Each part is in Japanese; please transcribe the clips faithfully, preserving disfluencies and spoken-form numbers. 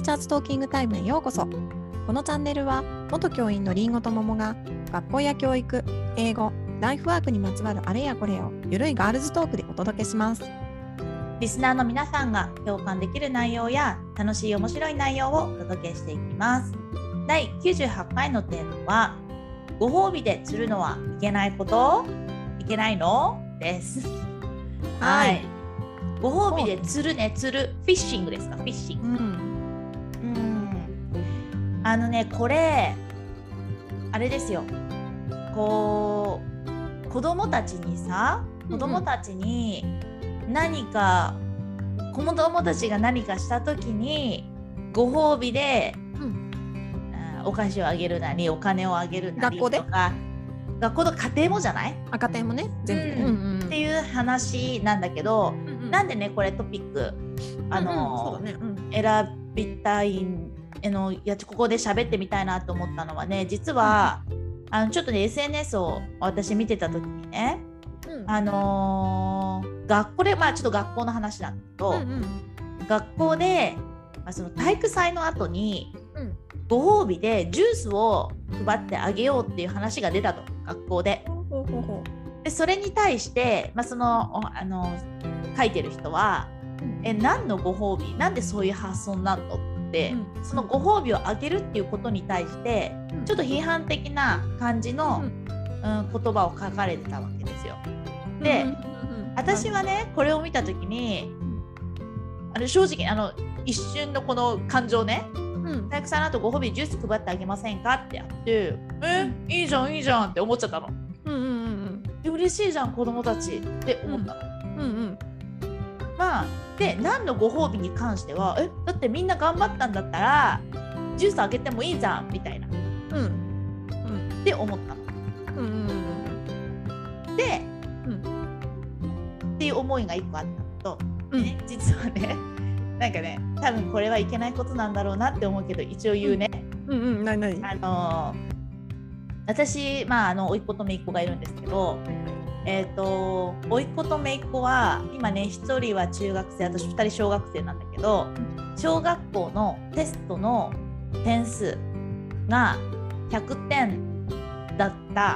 チャーズトーキングタイムへようこそ。このチャンネルは元教員のりんごと桃が学校や教育、英語、ライフワークにまつわるあれやこれをゆるいガールズトークでお届けします。 リスナーの皆さんが共感できる内容や楽しい面白い内容をお届けしていきます。だいきゅうじゅうはちかいのテーマはご褒美で釣るのはいけないこと?いけないの?です。はい。ご褒美で釣るね、釣る。フィッシングですか、フィッシング。うん。うん。あのね、これ、あれですよ。こう、子供たちにさ、子供たちに何か、うんうん、子供たちが何かしたときに、ご褒美で、うん、お菓子をあげるなり、お金をあげるなりとか。学校で学校の家庭もじゃない？ あ、家庭もね、全部、 うんうんうん、っていう話なんだけど、うんうん、なんでねこれトピックあの、うんうんそうだねうん、選びたいのやここで喋ってみたいなと思ったのはね、実は、うん、あのちょっとね エスエヌエス を私見てた時にね、うん、あのー、学校でまあちょっと学校の話なんだけど、うんうん、学校で、まあ、その体育祭の後に、うんご褒美でジュースを配ってあげようっていう話が出たと、学校で。でそれに対して、まあ、そのあの書いてる人は、うん、え何のご褒美なんでそういう発想になるのって、うん、そのご褒美をあげるっていうことに対して、うん、ちょっと批判的な感じの、うんうん、言葉を書かれてたわけですよ。で、うんうんうん、私はねこれを見た時にあの正直あの一瞬のこの感情ね、うん、体育祭の後ご褒美ジュース配ってあげませんかってやってえ、うん、いいじゃんいいじゃんって思っちゃったの、うんうんうんうん、嬉しいじゃん子供たちって思ったの、うんうんうん、まあで何のご褒美に関してはえだってみんな頑張ったんだったらジュースあげてもいいじゃんみたいな、うんうん、って思ったの、うんうんうん、で、うん、っていう思いが一個あったのと、うんね、実はねなんかね、多分これはいけないことなんだろうなって思うけど一応言うね。 うんうん、なになに？ あのー、私まああの甥っ子と姪っ子がいるんですけど、えっと甥っ子と姪っ子は今ねひとりは中学生、私ふたり小学生なんだけど、小学校のテストの点数がひゃくてんだった、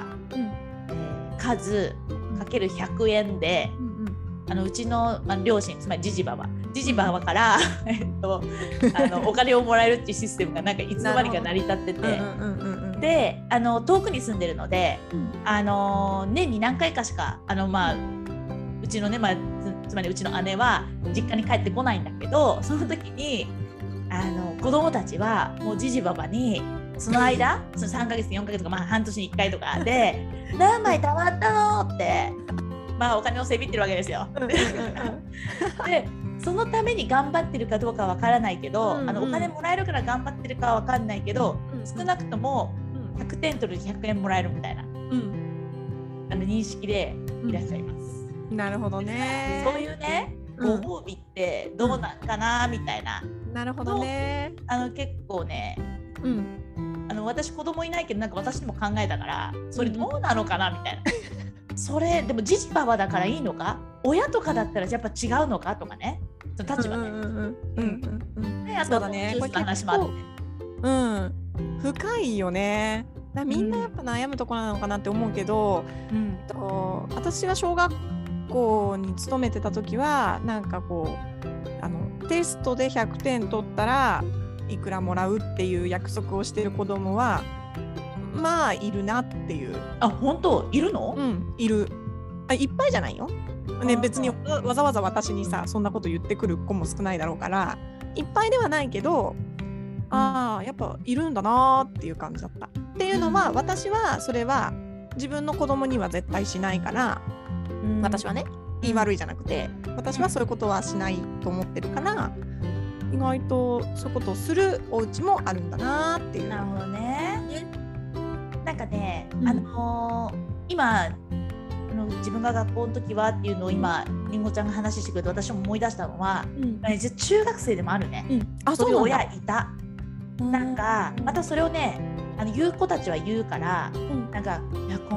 うんえー、数かけるひゃくえんで、うんうん、あのうちの、まあ、両親つまりジジババジジババから、えっと、あのお金をもらえるっていうシステムがなんかいつの間にか成り立っててであの遠くに住んでるので、うん、あの年に何回かしかあの、まあ、うちのね、まあ、つ, つまりうちの姉は実家に帰ってこないんだけどその時にあの子供たちはもうジジババにその間そのさんかげつよんかげつとか、まあ、半年にいっかいとかで何枚貯まったのってまあお金をせびってるわけですよ。でそのために頑張ってるかどうかわからないけど、うんうん、あのお金もらえるから頑張ってるかわかんないけど、うんうん、少なくともひゃくてん取るひゃくえんもらえるみたいな、うん、あの認識でいらっしゃいます、 うん、なるほどね。 そういうねご褒美ってどうなんかな、うん、みたいな。 なるほどね。 あの結構ね、うん、あの私子供いないけどなんか私でも考えたからそれどうなのかなみたいな、うん、それでもジジババだからいいのか親とかだったらやっぱ違うのかとかねその立場ね。で、あとはね、こういう話もあって、 うん、深いよね。だみんなやっぱ悩むところなのかなって思うけど、うん、と私が小学校に勤めてた時はなんかこうあのテストでひゃくてん取ったらいくらもらうっていう約束をしてる子供はまあいるなっていう。 あ、本当いるの？ うん、いる。あ、いっぱいじゃないよ。ね、別にわざわざ私にさそんなこと言ってくる子も少ないだろうからいっぱいではないけど、ああやっぱいるんだなっていう感じだった。っていうのは私はそれは自分の子供には絶対しないから、うん、私はね言い悪いじゃなくて私はそういうことはしないと思ってるから意外とそういうことをするお家もあるんだなっていう。 なるほどね。なんかね、うん、あのー、今自分が学校の時はっていうのを今りんごちゃんが話してくれて私も思い出したのは、うん、中学生でもあるね、うん、あそういう親いた。なんかまたそれをねあの言う子たちは言うから、うん、なんかいや今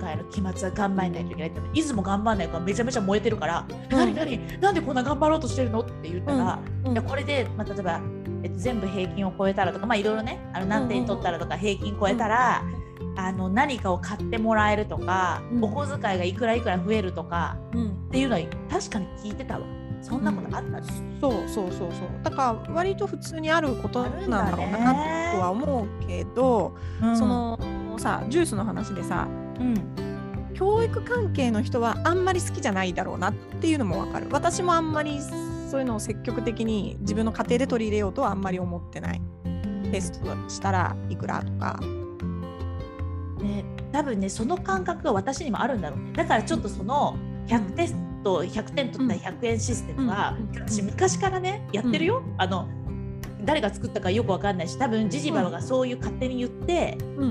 回の期末は頑張らないといけないっていつも頑張らないからめちゃめちゃ燃えてるから、 うん、 何何なんでこんな頑張ろうとしてるのって言ったら、 うんうん、 いやこれで、まあ、例えば、えっと、全部平均を超えたらとか、まあいろいろねあの何点取ったらとか平均超えたら、うん、あの何かを買ってもらえるとか、うん、お小遣いがいくらいくら増えるとか、うん、っていうのは確かに聞いてたわ。そんなことあったね、 うん、そうそうそうそう。だから割と普通にあることなんだろうなとは思うけど、うん、そのさジュースの話でさ、うん、教育関係の人はあんまり好きじゃないだろうなっていうのもわかる。私もあんまりそういうのを積極的に自分の家庭で取り入れようとはあんまり思ってない。テストしたらいくらとか、 ね、多分ねその感覚が私にもあるんだろうね。だからちょっとそのひゃくテストひゃくてん取ったらひゃくえんシステムは、うん、私昔からねやってるよ、うん、あの誰が作ったかよくわかんないし、多分ジジババがそういう勝手に言って、うん、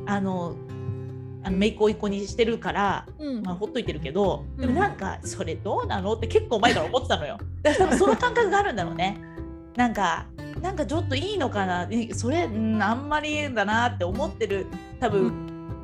あのあのメイクを一個にしてるから、うんまあ、ほっといてるけど、でもなんかそれどうなのって結構前から思ってたのよ。だから多分その感覚があるんだろうね。なんかなんかちょっといいのかなそれ、うん、あんまりだなって思ってる多分、うん、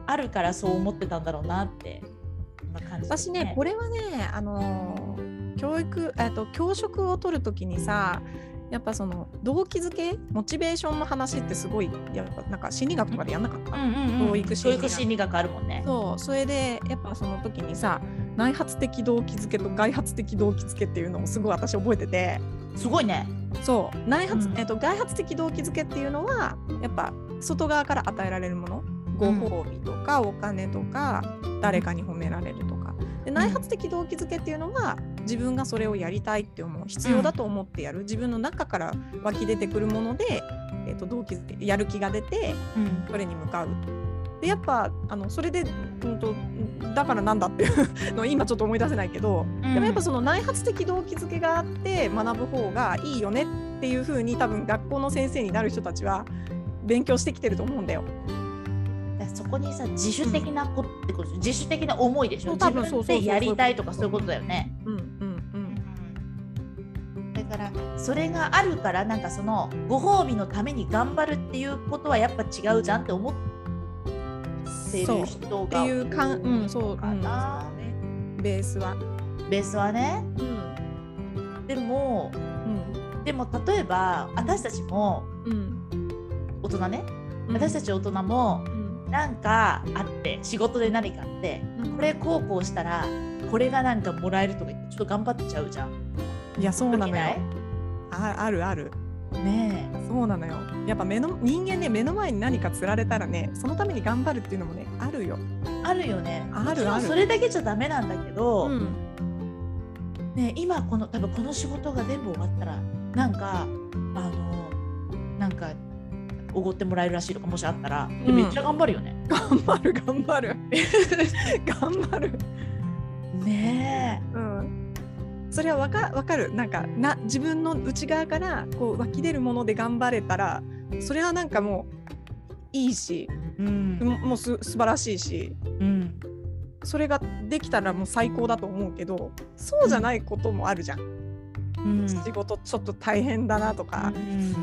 あるからそう思ってたんだろうなって感じ、ね、 私ねこれはねあのー、教育えっと教職を取るときにさやっぱその動機づけモチベーションの話ってすごいやっぱなんか心理学とかでやんなかった、うんうんうん、教育心理学、 心理学あるもんね。 そうそれでやっぱその時にさ内発的動機づけと外発的動機づけっていうのをすごい私覚えてて、 すごいね。 そう内発、うんえっと、外発的動機づけっていうのはやっぱ外側から与えられるもの、ご褒美とかお金とか誰かに褒められるとかで、内発的動機づけっていうのは自分がそれをやりたいって思う必要だと思ってやる、自分の中から湧き出てくるもので、えー、と動機づけやる気が出てそれに向かう。でやっぱあのそれで、うんと、だからなんだっていうのを今ちょっと思い出せないけど、でもやっぱその内発的動機づけがあって学ぶ方がいいよねっていう風に多分学校の先生になる人たちは勉強してきてると思うんだよ。 そこにさ自主的なことってこと、うん、自主的な思いでしょ。自分でやりたいとかそういうことだよね。うんうんうん。だからそれがあるからなんかそのご褒美のために頑張るっていうことはやっぱ違うじゃんって思ってる人が多いかな。 うん、そうかな、うん、ベースはベースはね。うん、でも、うん、でも例えば私たちも、うん、大人ね、うん、私たち大人も、うんなんかあって仕事で何かあって、うん、これこうこうしたらこれがなんかもらえるとか言ってちょっと頑張っちゃうじゃん。 いやそうなのよ。あ, あるあるねえそうなのよ。やっぱ目の人間ね目の前に何か釣られたらねそのために頑張るっていうのもねあるよ。 あるよね。 あるある。 それだけじゃダメなんだけど、うん、ね今この多分この仕事が全部終わったらなんかあのなんかおごってもらえるらしいとかもしあったら、うん、めっちゃ頑張るよね。 頑張る頑張る頑張るねえ、 うん、それはわか、わかる。なんかな自分の内側からこう湧き出るもので頑張れたらそれはなんかもういいし、うん、もうす素晴らしいし、うん、それができたらもう最高だと思うけどそうじゃないこともあるじゃん。うん、仕事ちょっと大変だなとか、うん、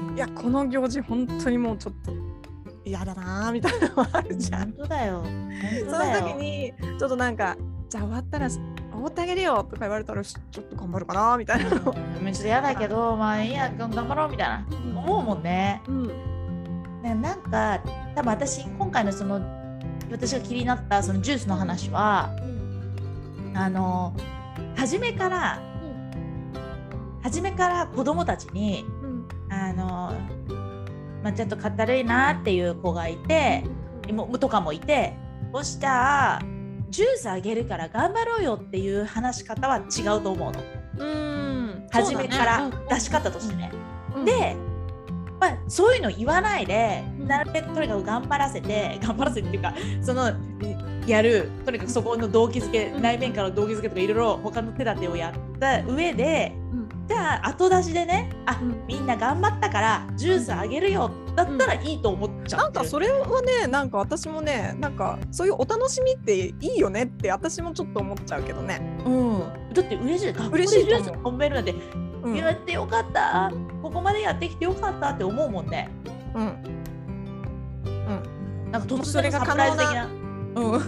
いやこの行事本当にもうちょっと嫌だなみたいなのもあるじゃん。 本当だよ。 その時にちょっとなんかじゃあ終わったらおごってあげるよとか言われたらちょっと頑張るかなみたいなの、 うん、めっちゃ嫌だけどまあいいや頑張ろうみたいな、うん、思うもんね、うん、ねなんか多分私今回のその私が気になったそのジュースの話は、うん、あの初めから初めから子供たちに、うん、あの、まあ、ちょっとかったるいなっていう子がいて、うん、とかもいてそしたらジュースあげるから頑張ろうよっていう話し方は違うと思うの。うーん初めから出し方としてね、うん、で、まあ、そういうの言わないで、うん、なるべくとにかく頑張らせて頑張らせてっていうかそのやるとにかくそこの動機づけ、うん、内面からの動機づけとかいろいろ他の手立てをやった上で、うんじゃあ後出しでねあ、うん、みんな頑張ったからジュースあげるよ、うん、だったらいいと思っちゃう、 なんかそれはねなんか私もねなんかそういうお楽しみっていいよねって私もちょっと思っちゃうけどね、 うん、だって嬉しい学校でジュース飲めるなんて、うん、やってよかったここまでやってきてよかったって思うもんね。うん、うん、なんか突然サプライズ的な、 うん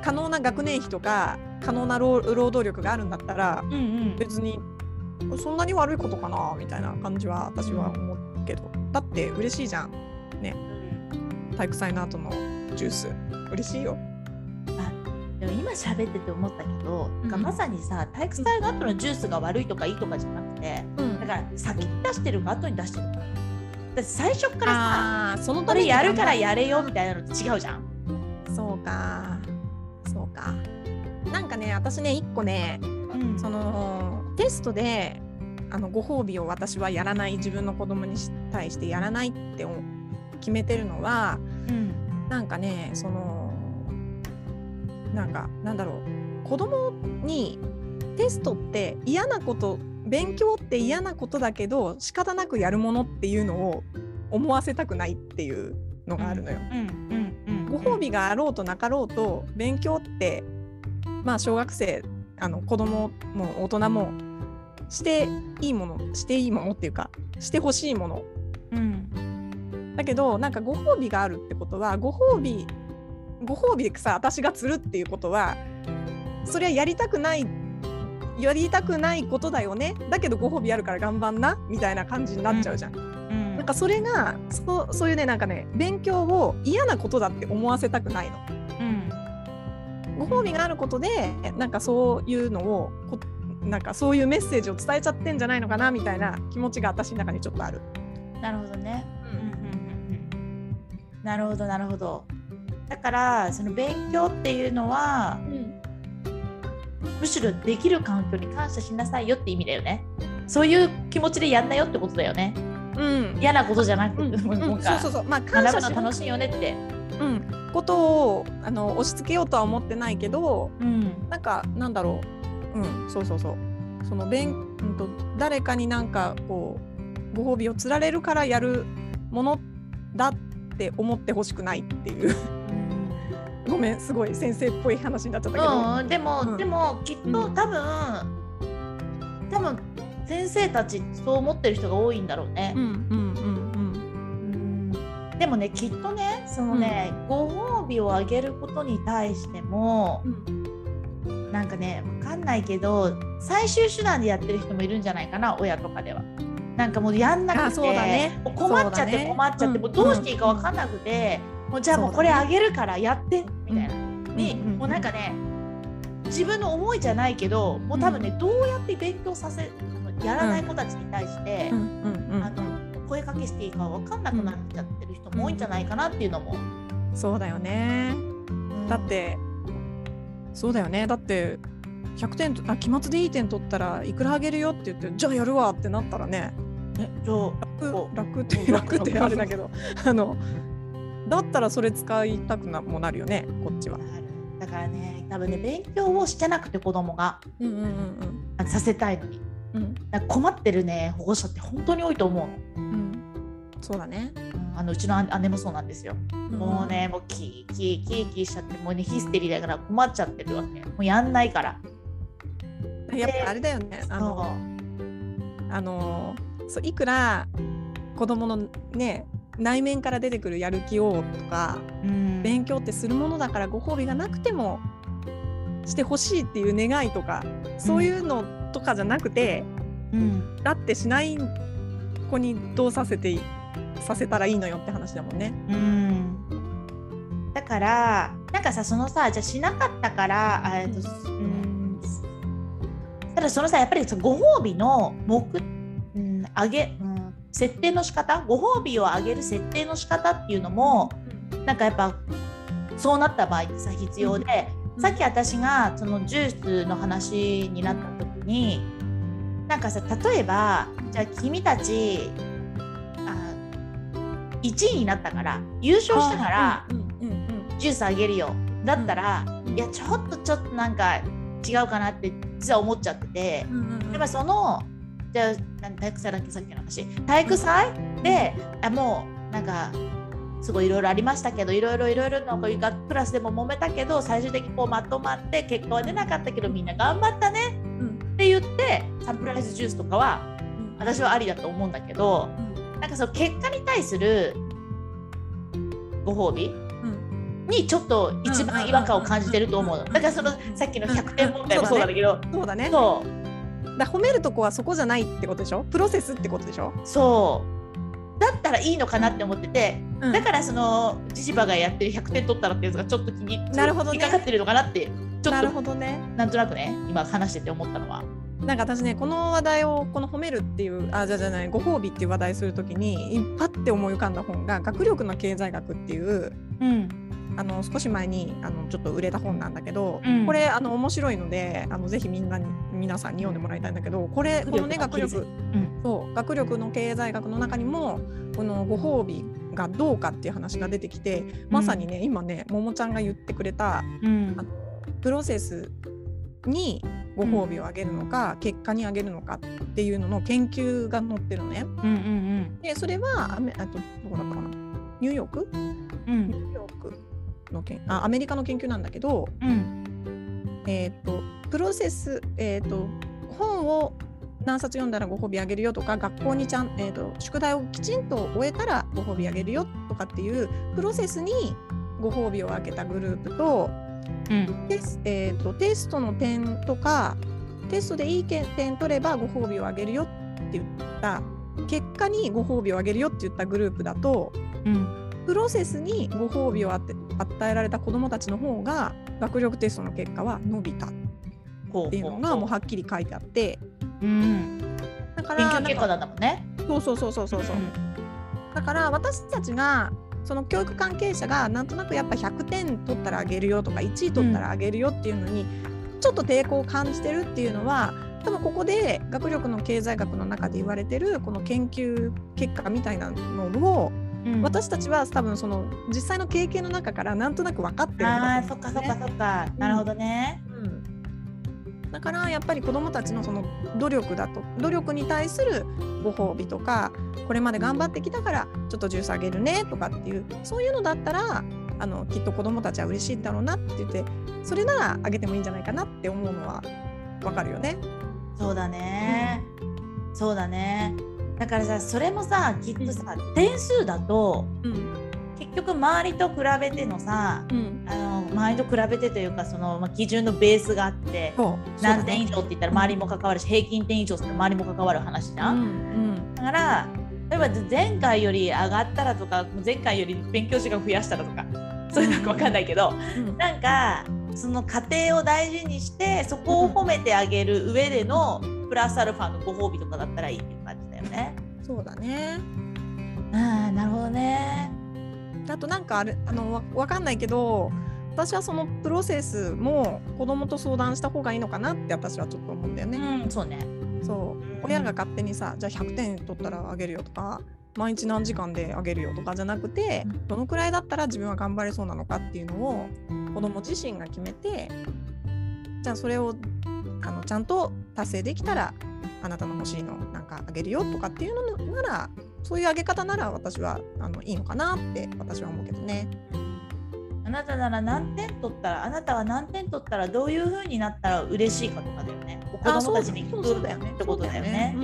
可能な学年費とか可能な労働力があるんだったら、うんうん、別にそんなに悪いことかなみたいな感じは私は思うけど、だって嬉しいじゃんね、体育祭の後のジュース嬉しいよ。 あ、でも今喋ってて思ったけど、うん、まさにさ体育祭の後のジュースが悪いとかいいとかじゃなくて、うん、だから先に出してるか後に出してるか、だって最初からさそのこれやるからやれよみたいなのって違うじゃん。 そうかそうか。なんかね私ね一個ね、うん、そのテストであのご褒美を私はやらない、自分の子供に対してやらないって決めてるのは、うん、なんかねそのなんかなんだろう、子供にテストって嫌なこと、勉強って嫌なことだけど仕方なくやるものっていうのを思わせたくないっていうのがあるのよ。ご褒美があろうとなかろうと勉強ってまあ小学生、あの子供も大人もしていいもの、していいものっていうかしてほしいもの、うん、だけどなんかご褒美があるってことは、ご褒美ご褒美でさ私が釣るっていうことはそれはやりたくないやりたくないことだよね、だけどご褒美あるから頑張んなみたいな感じになっちゃうじゃん、うん、なんかそれが そ, そういうねなんかね勉強を嫌なことだって思わせたくないの、うん、ご褒美があることでなんかそういうのをなんかそういうメッセージを伝えちゃってんじゃないのかなみたいな気持ちが私の中にちょっとある。 なるほどね、うんうんうん、なるほどなるほど。だからその勉強っていうのは、うん、むしろできる環境に感謝しなさいよって意味だよね。そういう気持ちでやんなよってことだよね、うん、嫌なことじゃなくて、うんうん、そうそうそう、まあ感謝し学ぶの楽しいよねって、 うん、ことをあの押し付けようとは思ってないけど、うん、なんかなんだろう、うん、そうそうそう、その勉、うん、と誰かになんかこうご褒美をつられるからやるものだって思ってほしくないっていうごめんすごい先生っぽい話になっちゃったけど、 うん、でも、うん、でもきっと多分、うん、多分先生たちそう思ってる人が多いんだろうね、うんうんうんうん、でもねきっとねそのね、うん、ご褒美をあげることに対しても、うん、なんかね分かんないけど最終手段でやってる人もいるんじゃないかな、親とかでは。なんかもうやんなくて、そうだね、困っちゃって困っちゃって、ね、もうどうしていいか分かんなくて、うん、もうじゃあもうこれあげるからやってみたいな、に、うん、もうなんかね自分の思いじゃないけどもう多分ね、うん、どうやって勉強させやらない子たちに対して、うん、あの声かけしていいか分かんなくなっちゃってる人も多いんじゃないかなっていうのも、 うん、そうだよね、うん、だってそうだよね、だってひゃくてんあ期末でいい点取ったらいくらあげるよって言ってじゃあやるわってなったらね、えじゃあ 楽, 楽って楽ってあれだけどあのだったらそれ使いたくなもなるよねこっちは。 だからね多分ね勉強をしてなくて子供が、うんうんうんうん、させたいのに、うん、困ってるね保護者って本当に多いと思うの、うん、 そうだね、 うん、あのうちの姉もそうなんですよ、うん、もうねもうキーキーキーキーしちゃってもうねヒステリーだから困っちゃってるわけ、もうやんないから。 やっぱあれだよね、あのあのそういくら子供のね内面から出てくるやる気をとか、うん、勉強ってするものだからご褒美がなくてもしてほしいっていう願いとか、そういうのとかじゃなくて、うん、だってしない子にどうさせてさせたらいいのよって話だもんね、うん、 だからなんかさそのさじゃあしなかったからえっと、うんただそのさやっぱりそのご褒美の目、うん、上げ、うん、設定の仕方、ご褒美を上げる設定の仕方っていうのも、うん、なんかやっぱそうなった場合ってさ必要で、うん、さっき私がそのジュースの話になった時になんかさ例えばじゃあ君たちあいちいになったから優勝したから、うんうんうん、ジュースあげるよだったら、うん、いやちょっとちょっとなんか違うかなって実は思っちゃってて、うんうんうん、やっぱそのじゃあ体育祭だっけさっきの話体育祭であもうなんかすごいいろいろありましたけどいろいろいろいろのクラスでも揉めたけど最終的にこうまとまって結果は出なかったけどみんな頑張ったね、うん、って言ってサプライズジュースとかは、うん、私はありだと思うんだけど、うん、なんかその結果に対するご褒美、うん、 にちょっと一番違和感を感じてると思うの。だからそのさっきのひゃくてん問題もそうなんだけど、 そうだね。 そうだ褒めるとこはそこじゃないってことでしょ。プロセスってことでしょ。 そうだったらいいのかなって思ってて、うん、だからそのジジバがやってるひゃくてん取ったらってやつがちょっと気になるほど、ね、 引っかかってるのかなってちょっとなるほど、ね、 なんとなくね今話してて思ったのは。 なんか私ねこの話題をこの褒めるっていうあじゃじゃないご褒美っていう話題するときにパッて思い浮かんだ本が学力の経済学っていう、うん、あの少し前にあのちょっと売れた本なんだけど、うん、これあの面白いのであのぜひみんなに皆さんに読んでもらいたいんだけど、これこのね学力、うん、そう学力の経済学の中にもこのご褒美がどうかっていう話が出てきて、うん、まさにね今ねももちゃんが言ってくれた、うん、あのプロセスにご褒美をあげるのか、うん、結果にあげるのかっていうのの研究が載ってるのね、うんうんうん、でそれはアメあとどこだったかなニューヨーク、うん、ニューヨークのけんあアメリカの研究なんだけど、うん、えっ、ー、とプロセス、えー、と本を何冊読んだらご褒美あげるよとか学校にちゃん、えー、と宿題をきちんと終えたらご褒美あげるよとかっていうプロセスにご褒美をあげたグループと、うんテスえー、とテストの点とかテストでいい点取ればご褒美をあげるよって言った結果にご褒美をあげるよって言ったグループだと、うん、プロセスにご褒美を与えられた子どもたちの方が学力テストの結果は伸びたっていうのがもうはっきり書いてあって、うん、だから研究結果だったもんね。 そうそうそうそうそう、うん、だから私たちがその教育関係者がなんとなくやっぱひゃくてん取ったらあげるよとかいちい取ったらあげるよっていうのにちょっと抵抗を感じてるっていうのは多分ここで学力の経済学の中で言われてるこの研究結果みたいなのを、うん、私たちは多分その実際の経験の中からなんとなく分かってるんだと思うんですね。 あーそっかそっかそっか、なるほどね、 うんうん、だからやっぱり子どもたちのその努力だと努力に対するご褒美とかこれまで頑張ってきたからちょっとジュースあげるねとかっていうそういうのだったらあのきっと子どもたちは嬉しいんだろうなって言ってそれならあげてもいいんじゃないかなって思うのはわかるよね。 そうだね、うん、そうだね。だからさそれもさきっとさ、うん、点数だと、うん、結局周りと比べてのさ、うん、あの周りと比べてというかその、まあ、基準のベースがあって何点以上って言ったら周りも関わるし、うん、平均点以上って周りも関わる話じゃん、うんうん、だから例えば前回より上がったらとか前回より勉強時間増やしたらとかそういうのか分かんないけど、うん、なんかその過程を大事にしてそこを褒めてあげる上でのプラスアルファのご褒美とかだったらいいっていう感じだよね。 そうだね。 ああなるほどね。 あとなんかあれあのわ分かんないけど私はそのプロセスも子供と相談した方がいいのかなって私はちょっと思うんだよね。 うん、そうね。 そう親が勝手にさじゃあひゃくてん取ったらあげるよとか毎日何時間であげるよとかじゃなくてどのくらいだったら自分は頑張れそうなのかっていうのを子供自身が決めてじゃあそれをあのちゃんと達成できたらあなたの欲しいのなんかあげるよとかっていうのならそういうあげ方なら私はあのいいのかなって私は思うけどね。 あなたなら何点取ったらあなたは何点取ったらどういう風になったら嬉しいかとかだよね。子供たちに聞くってことだよね。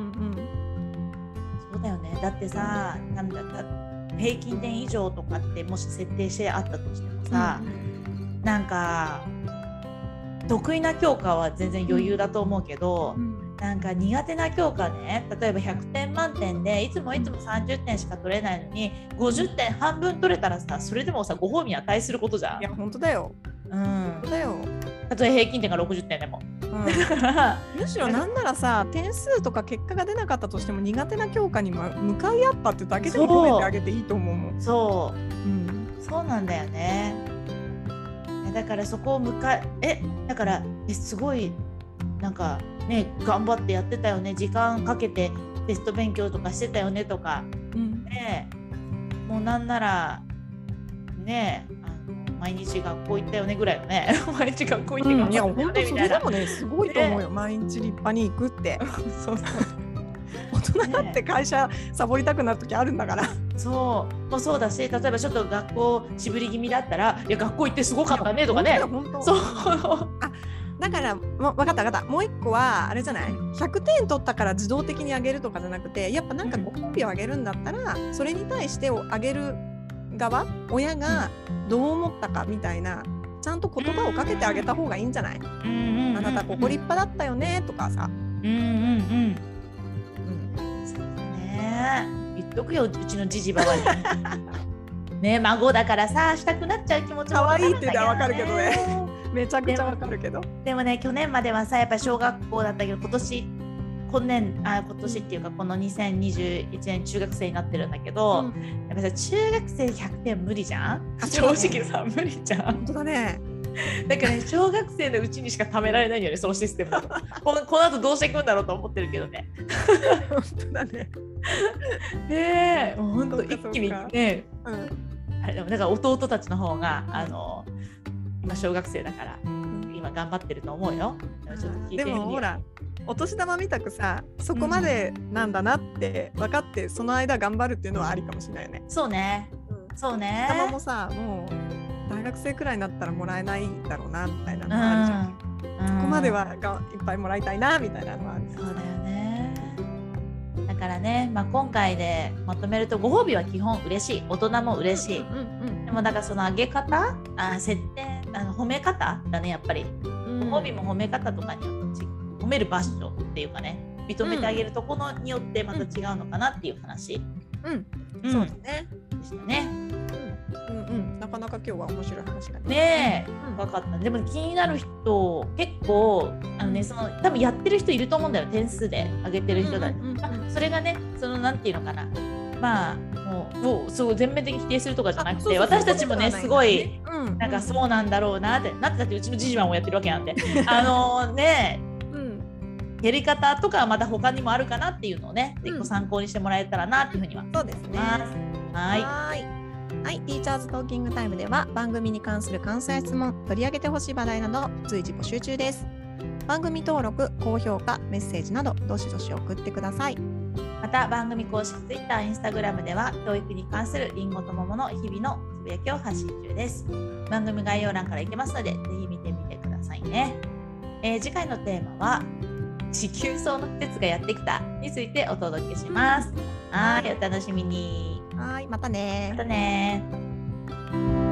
そうだよね。だってさなんだった平均点以上とかってもし設定してあったとしてもさ、うん、なんか得意な教科は全然余裕だと思うけど、うん、なんか苦手な教科ね例えばひゃくてん満点でいつもいつもさんじゅってんしか取れないのにごじゅってん半分取れたらさそれでもさご褒美に値することじゃん。 いや本当だよ。うん、本当だよ。 たとえ平均点がろくじゅってんでも、うん、 むしろなんならさ点数とか結果が出なかったとしても苦手な教科に向かい合ったってだけでも褒めてあげていいと思うもん。 そう、うん、そうなんだよね。だからそこを向かえだからえすごいなんかね頑張ってやってたよね時間かけてテスト勉強とかしてたよねとか、うん、ねもうなんならね毎日学校行ったよねぐらいのね毎日学校行って頑張ってたよね、うん、いや本当それでもねすごいと思うよ、ね、毎日立派に行くってそうそう大人になって会社サボりたくなる時あるんだから、ね、 そうもうそうだし例えばちょっと学校渋り気味だったらいや学校行ってすごかったねとかねそうあだから分かった分かったもう一個はあれじゃないひゃくてん取ったから自動的にあげるとかじゃなくてやっぱなんかご褒美をあげるんだったら、うん、それに対してあげる側、親がどう思ったかみたいな、ちゃんと言葉をかけてあげた方がいいんじゃない？うんうんうん、あなたここ立派だったよねとかさ。うんうんうん。うん。 そうね。言っとくよ、うちのじじばばに。ね、孫だからさ、したくなっちゃう気持ちも可愛いっていうのはわかるけどね。めちゃくちゃわかるけど。 でもね、去年まではさ、やっぱり小学校だったけど、今年今年あ今年っていうかこのにせんにじゅういちねん中学生になってるんだけど、うん、やっぱさ中学生ひゃくてん無理じゃん。正直さ無理じゃん。 本当だね。 だからね、小学生のうちにしか貯められないよね、そのシステムこのこの後どうしていくんだろうと思ってるけどね。 本当だね。 ねえ、もう本当一気にね、うん、あれでもだから弟たちの方があの今小学生だから、うん、今頑張ってると思うよ。でもちょっと聞いてみるよ。 でもほら、お年玉みたくさ、そこまでなんだなって分かって、うん、その間頑張るっていうのはありかもしれないよね。 そうね、うん、そうね。 お年玉もさ、もう大学生くらいになったらもらえないだろうなみたいなのがあるじゃん、うん、そこまではがいっぱいもらいたいなみたいなのはある。 そうだよね。だからね、まあ、今回でまとめると、ご褒美は基本嬉しい、大人も嬉しい、うんうんうん、でもだからその上げ方、あ設定あの褒め方だね、やっぱり、うん、ご褒美も褒め方とかによって褒める場所っていうかね、認めてあげるところによってまた違うのかなっていう話、 うん、うん、そうですね。 でしたね。 うんうん、なかなか今日は面白い話がね。 ねえ、うん、分かった。でも気になる人結構あのね、その多分やってる人いると思うんだよ、点数で上げてる人だ、うんうんうん、あそれがね、そのなんていうのかな、まあもうもうすごい全面的に否定するとかじゃなくて、そうそう、私たちもねすごい、うん、なんかそうなんだろうなって、なってだってうちのじじまもやってるわけなんであのね、うん、やり方とかはまた他にもあるかなっていうのをね、うん、ご参考にしてもらえたらなっていうふうには思います。 そうですね。 はい。 はいはい、ティーチャーズトーキングタイムでは番組に関する感想や質問、取り上げてほしい話題など随時募集中です。番組登録、高評価、メッセージなどどしどし送ってください。 また番組公式 Twitter、Instagram では教育に関するりんごと桃の日々のつぶやきを発信中です。番組概要欄から行けますのでぜひ見てみてくださいね。えー、次回のテーマは地球層の季節がやってきたについてお届けします。はい、お楽しみに。 はい、またね。 またね。